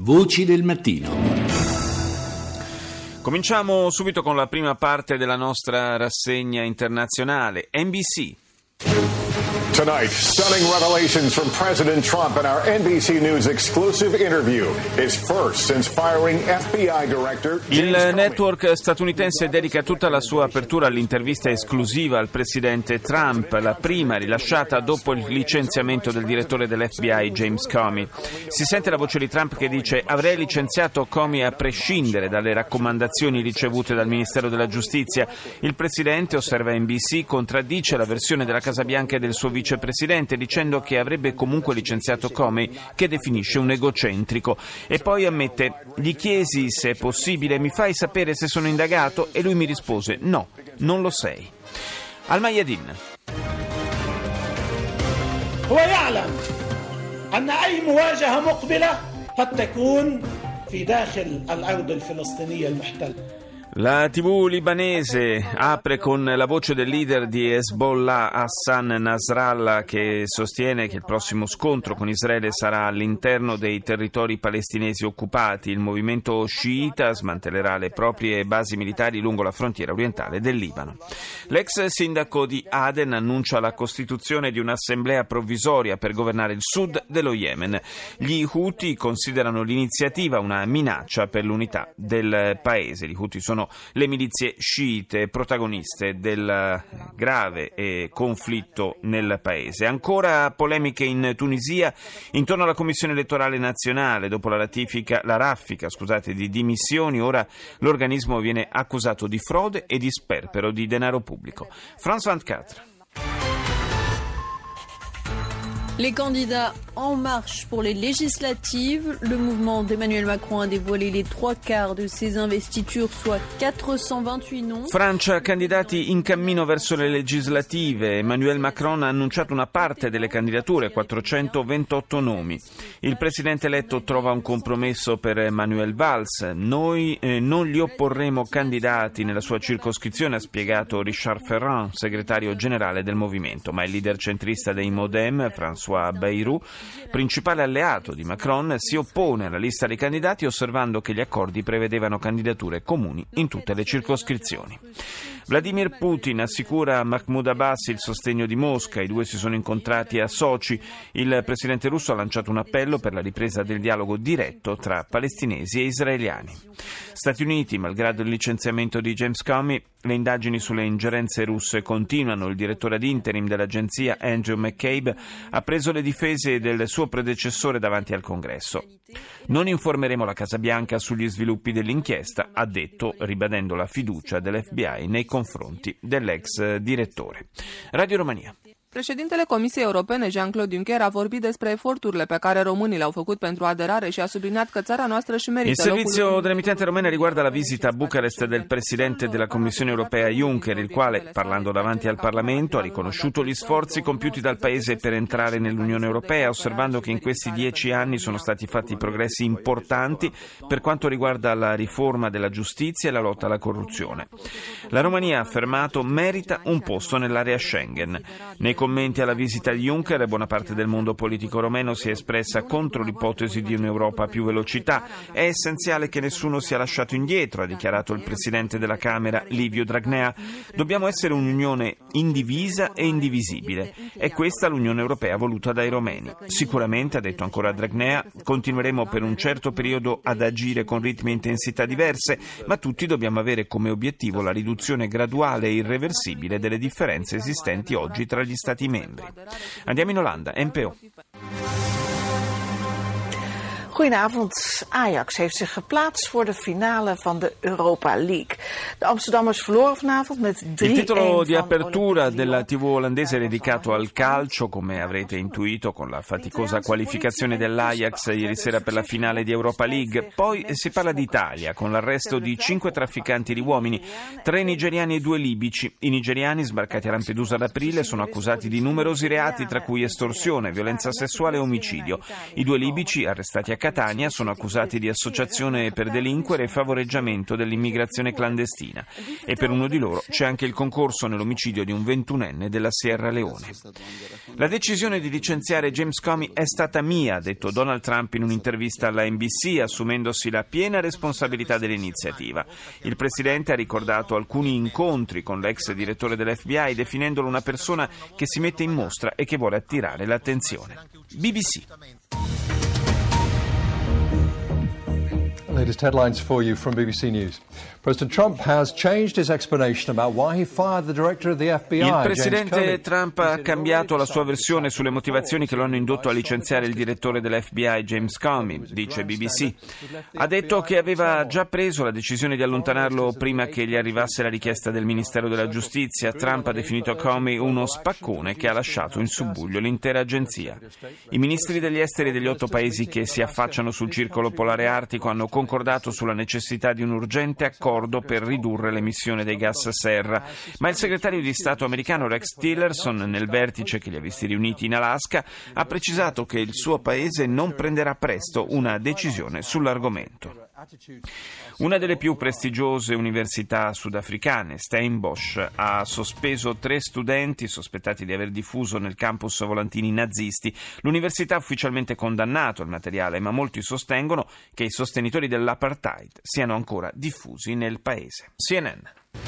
Voci del mattino. Cominciamo subito con la prima parte della nostra rassegna internazionale. NBC. Tonight, stunning revelations from President Trump in our NBC News exclusive interview. His first since firing FBI Director James Il Comey. network statunitense dedica tutta la sua apertura all'intervista esclusiva al presidente Trump, la prima rilasciata dopo il licenziamento del direttore dell'FBI James Comey. Si sente la voce di Trump che dice: avrei licenziato Comey a prescindere dalle raccomandazioni ricevute dal Ministero della Giustizia. Il presidente, osserva NBC, contraddice la versione della Casa Bianca e del suo vicepresidente dicendo che avrebbe comunque licenziato Comey, che definisce un egocentrico, e poi ammette: gli chiesi se è possibile, mi fai sapere se sono indagato, e lui mi rispose: no, non lo sei. Al-Mayadin. هو يعلم أن أي مواجهة مقبلة قد تكون في داخل الأرض الفلسطينية المحتلة. La TV libanese apre con la voce del leader di Hezbollah, Hassan Nasrallah, che sostiene che il prossimo scontro con Israele sarà all'interno dei territori palestinesi occupati. Il movimento sciita smantellerà le proprie basi militari lungo la frontiera orientale del Libano. L'ex sindaco di Aden annuncia la costituzione di un'assemblea provvisoria per governare il sud dello Yemen. Gli Houthi considerano l'iniziativa una minaccia per l'unità del paese. Gli Houthi sono le milizie sciite protagoniste del grave conflitto nel paese. Ancora polemiche in Tunisia intorno alla Commissione elettorale nazionale. Dopo la raffica di dimissioni, ora l'organismo viene accusato di frode e di sperpero di denaro pubblico. France 24. Les candidats En Marche pour les législatives, le mouvement d'Emmanuel Macron a dévoilé les 3/4 de ses investitures, soit 428 noms. Francia, candidati in cammino verso le legislative. Emmanuel Macron ha annunciato una parte delle candidature, 428 nomi. Il presidente eletto trova un compromesso per Manuel Valls. Noi non gli opporremo candidati nella sua circoscrizione, ha spiegato Richard Ferrand, segretario generale del movimento, ma il leader centrista dei Modem, François Bayrou, principale alleato di Macron, si oppone alla lista dei candidati, osservando che gli accordi prevedevano candidature comuni in tutte le circoscrizioni. Vladimir Putin assicura a Mahmoud Abbas il sostegno di Mosca. I due si sono incontrati a Sochi. Il presidente russo ha lanciato un appello per la ripresa del dialogo diretto tra palestinesi e israeliani. Stati Uniti, malgrado il licenziamento di James Comey, le indagini sulle ingerenze russe continuano. Il direttore ad interim dell'agenzia, Andrew McCabe, ha preso le difese del suo predecessore davanti al Congresso. Non informeremo la Casa Bianca sugli sviluppi dell'inchiesta, ha detto, ribadendo la fiducia dell'FBI nei confronti dell'ex direttore. Radio Romania. Președintele Comisiei Europene, Jean-Claude Juncker, a vorbit despre eforturile pe care românii le-au făcut pentru aderare și a subliniat că țara noastră își merită Il servizio dell'emittente romena riguarda la visita a Bucarest del presidente della Commissione Europea Juncker, il quale, parlando davanti al Parlamento, ha riconosciuto gli sforzi compiuti dal Paese per entrare nell'Unione Europea, osservando che in questi 10 anni sono stati fatti progressi importanti per quanto riguarda la riforma della giustizia e la lotta alla corruzione. La Romania, ha affermato, merita un posto nell'area Schengen. Nei commenti alla visita di Juncker, buona parte del mondo politico romeno si è espressa contro l'ipotesi di un'Europa a più velocità. È essenziale che nessuno sia lasciato indietro, ha dichiarato il presidente della Camera, Liviu Dragnea. Dobbiamo essere un'unione indivisa e indivisibile. È questa l'Unione Europea voluta dai romeni. Sicuramente, ha detto ancora Dragnea, continueremo per un certo periodo ad agire con ritmi e intensità diverse, ma tutti dobbiamo avere come obiettivo la riduzione graduale e irreversibile delle differenze esistenti oggi tra gli Stati membri. Andiamo in Olanda, NPO. Goedenavond. Ajax heeft zich geplaatst voor de finale van de Europa League. De Amsterdammers verloren vanavond met 3-1. Il titolo di apertura della TV olandese è dedicato al calcio, come avrete intuito con la faticosa qualificazione dell'Ajax ieri sera per la finale di Europa League. Poi si parla di Italia, con l'arresto di 5 trafficanti di uomini, 3 nigeriani e 2 libici. I nigeriani, sbarcati a Lampedusa ad aprile, sono accusati di numerosi reati, tra cui estorsione, violenza sessuale e omicidio. I 2 libici, arrestati a Catania sono accusati di associazione per delinquere e favoreggiamento dell'immigrazione clandestina, e per uno di loro c'è anche il concorso nell'omicidio di un 21enne della Sierra Leone. La decisione di licenziare James Comey è stata mia, ha detto Donald Trump in un'intervista alla NBC, assumendosi la piena responsabilità dell'iniziativa. Il presidente ha ricordato alcuni incontri con l'ex direttore dell'FBI, definendolo una persona che si mette in mostra e che vuole attirare l'attenzione. BBC. Latest headlines for you from BBC News. President Trump has changed his explanation about why he fired the director of the FBI. Il presidente Trump ha cambiato la sua versione sulle motivazioni che lo hanno indotto a licenziare il direttore dell'FBI James Comey, dice BBC. Ha detto che aveva già preso la decisione di allontanarlo prima che gli arrivasse la richiesta del Ministero della Giustizia. Trump ha definito Comey uno spaccone che ha lasciato in subbuglio l'intera agenzia. I ministri degli esteri degli 8 paesi che si affacciano sul circolo polare artico hanno concordato sulla necessità di un urgente accordo per ridurre l'emissione dei gas serra, ma il segretario di Stato americano Rex Tillerson, nel vertice che li ha visti riuniti in Alaska, ha precisato che il suo paese non prenderà presto una decisione sull'argomento. Una delle più prestigiose università sudafricane, Stellenbosch, ha sospeso 3 studenti sospettati di aver diffuso nel campus volantini nazisti. L'università ha ufficialmente condannato il materiale, ma molti sostengono che i sostenitori dell'apartheid siano ancora diffusi nel paese. CNN.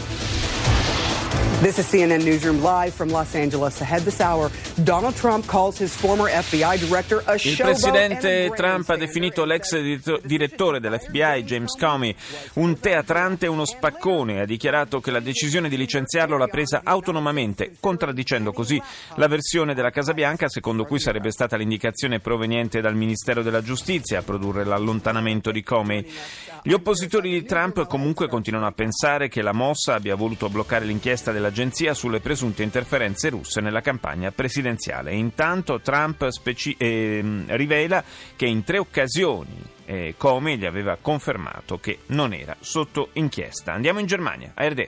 This is CNN Newsroom live from Los Angeles. Ahead this hour, Donald Trump calls his former FBI director a showboat. Il presidente Trump ha definito l'ex direttore dell'FBI, James Comey, un teatrante e uno spaccone. Ha dichiarato che la decisione di licenziarlo l'ha presa autonomamente, contraddicendo così la versione della Casa Bianca secondo cui sarebbe stata l'indicazione proveniente dal Ministero della Giustizia a produrre l'allontanamento di Comey. Gli oppositori di Trump comunque continuano a pensare che la mossa abbia voluto bloccare l'inchiesta dell'agenzia sulle presunte interferenze russe nella campagna presidenziale. Intanto Trump rivela che in 3 occasioni Comey gli aveva confermato che non era sotto inchiesta. Andiamo in Germania, ARD.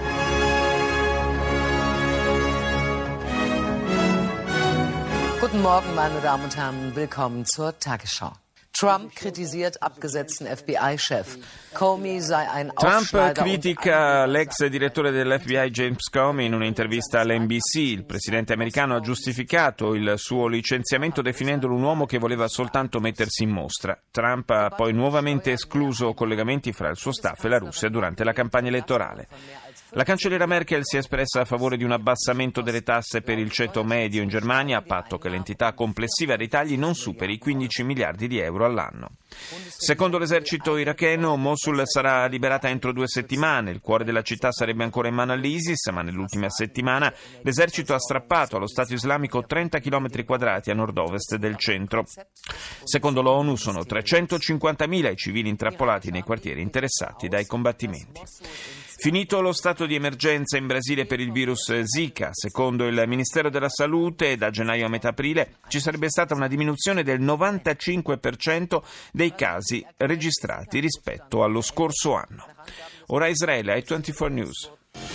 Guten Morgen, meine Damen und Herren, willkommen zur Tagesschau. Trump kritisiert abgesetzten FBI-Chef. Comey sei ein Trump critica l'ex direttore dell'FBI James Comey in un'intervista all'NBC. Il presidente americano ha giustificato il suo licenziamento definendolo un uomo che voleva soltanto mettersi in mostra. Trump ha poi nuovamente escluso collegamenti fra il suo staff e la Russia durante la campagna elettorale. La cancelliera Merkel si è espressa a favore di un abbassamento delle tasse per il ceto medio in Germania, a patto che l'entità complessiva dei tagli non superi i 15 miliardi di euro all'anno. Secondo l'esercito iracheno, Mosul sarà liberata entro 2 settimane. Il cuore della città sarebbe ancora in mano all'ISIS, ma nell'ultima settimana l'esercito ha strappato allo Stato islamico 30 km quadrati a nord-ovest del centro. Secondo l'ONU sono 350.000 i civili intrappolati nei quartieri interessati dai combattimenti. Finito lo stato di emergenza in Brasile per il virus Zika, secondo il Ministero della Salute, da gennaio a metà aprile ci sarebbe stata una diminuzione del 95% dei casi registrati rispetto allo scorso anno. Ora Israele, ai 24 News.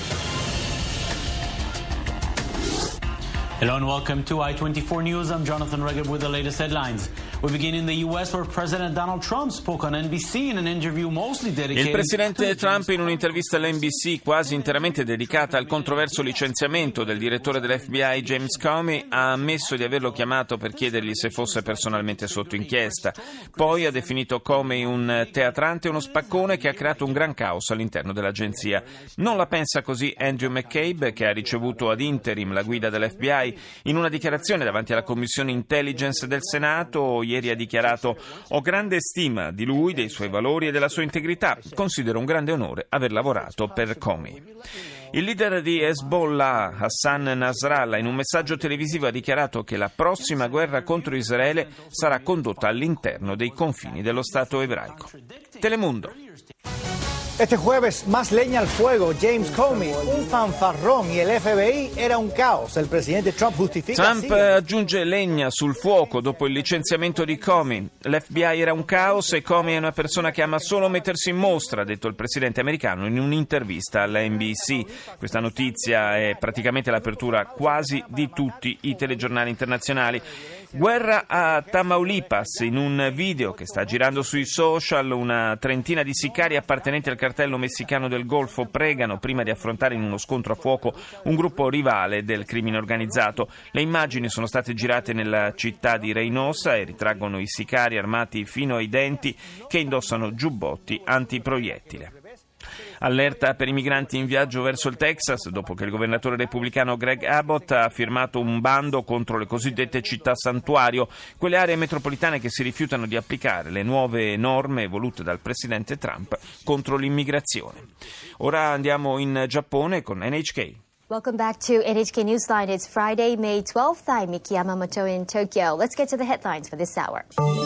Hello and welcome to I-24 News. I'm Jonathan Reggett with the latest headlines. We begin in the U.S. where President Donald Trump spoke on NBC in an interview mostly dedicated. Il presidente Trump in un'intervista all'NBC quasi interamente dedicata al controverso licenziamento del direttore dell'FBI James Comey ha ammesso di averlo chiamato per chiedergli se fosse personalmente sotto inchiesta. Poi ha definito Comey un teatrante e uno spaccone che ha creato un gran caos all'interno dell'agenzia. Non la pensa così Andrew McCabe, che ha ricevuto ad interim la guida dell'FBI. In una dichiarazione davanti alla Commissione Intelligence del Senato ieri ha dichiarato: ho grande stima di lui, dei suoi valori e della sua integrità. Considero un grande onore aver lavorato per Comey. Il leader di Hezbollah, Hassan Nasrallah, in un messaggio televisivo ha dichiarato che la prossima guerra contro Israele sarà condotta all'interno dei confini dello Stato ebraico. Telemundo. Este jueves, más leña al fuego. James Comey, un fanfarrón, y el FBI era un caos. El presidente Trump justifica. Trump aggiunge legna sul fuoco dopo il licenziamento di Comey. L'FBI era un caos e Comey è una persona che ama solo mettersi in mostra, ha detto il presidente americano in un'intervista alla NBC. Questa notizia è praticamente l'apertura quasi di tutti i telegiornali internazionali. Guerra a Tamaulipas. In un video che sta girando sui social, una trentina di sicari appartenenti al cartello messicano del Golfo pregano prima di affrontare in uno scontro a fuoco un gruppo rivale del crimine organizzato. Le immagini sono state girate nella città di Reynosa e ritraggono i sicari armati fino ai denti che indossano giubbotti antiproiettile. Allerta per i migranti in viaggio verso il Texas dopo che il governatore repubblicano Greg Abbott ha firmato un bando contro le cosiddette città santuario, quelle aree metropolitane che si rifiutano di applicare le nuove norme volute dal presidente Trump contro l'immigrazione. Ora andiamo in Giappone con NHK. Welcome back to NHK Newsline. It's Friday, May 12th. I'm Miki Yamamoto in Tokyo. Let's get to the headlines for this hour.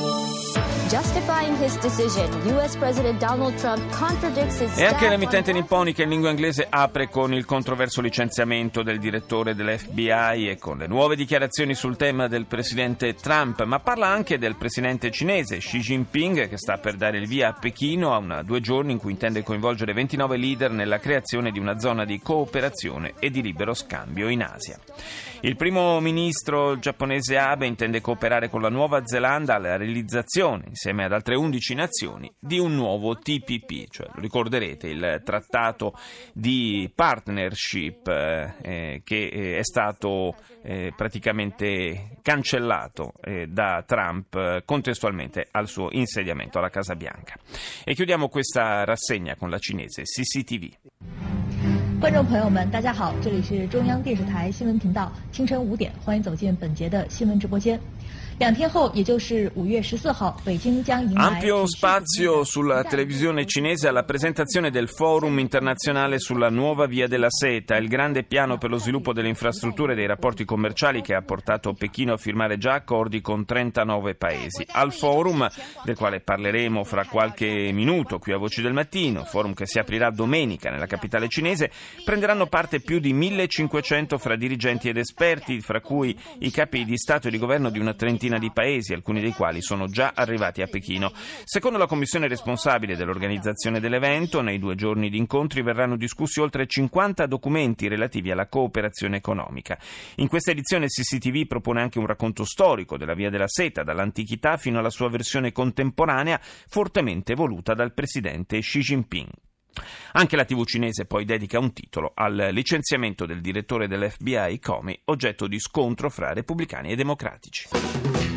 Justifying his decision, US President Donald Trump contradicts his E anche l'emittente nipponica in lingua inglese apre con il controverso licenziamento del direttore dell'FBI e con le nuove dichiarazioni sul tema del presidente Trump, ma parla anche del presidente cinese Xi Jinping, che sta per dare il via a Pechino a 2 giorni in cui intende coinvolgere 29 leader nella creazione di una zona di cooperazione e di libero scambio in Asia. Il primo ministro giapponese Abe intende cooperare con la Nuova Zelanda alla realizzazione, insieme ad altre 11 nazioni, di un nuovo TPP, cioè, lo ricorderete, il trattato di partnership che è stato praticamente cancellato da Trump contestualmente al suo insediamento alla Casa Bianca. E chiudiamo questa rassegna con la cinese CCTV. 观众朋友们，大家好，这里是中央电视台新闻频道，清晨5点，欢迎走进本节的新闻直播间。2天后，也就是5月14号，北京将迎来 ampio spazio sulla televisione cinese alla presentazione del Forum internazionale sulla nuova Via della Seta, il grande piano per lo sviluppo delle infrastrutture e dei rapporti commerciali che ha portato Pechino a firmare già accordi con 39 paesi. Al Forum, del quale parleremo fra qualche minuto qui a Voci del Mattino, forum che si aprirà domenica nella capitale cinese, prenderanno parte più di 1500 fra dirigenti ed esperti, fra cui i capi di Stato e di governo di una trentina di paesi, alcuni dei quali sono già arrivati a Pechino. Secondo la commissione responsabile dell'organizzazione dell'evento, nei 2 giorni di incontri verranno discussi oltre 50 documenti relativi alla cooperazione economica. In questa edizione CCTV propone anche un racconto storico della Via della Seta, dall'antichità fino alla sua versione contemporanea, fortemente voluta dal presidente Xi Jinping. Anche la TV cinese poi dedica un titolo al licenziamento del direttore dell'FBI Comey, oggetto di scontro fra repubblicani e democratici.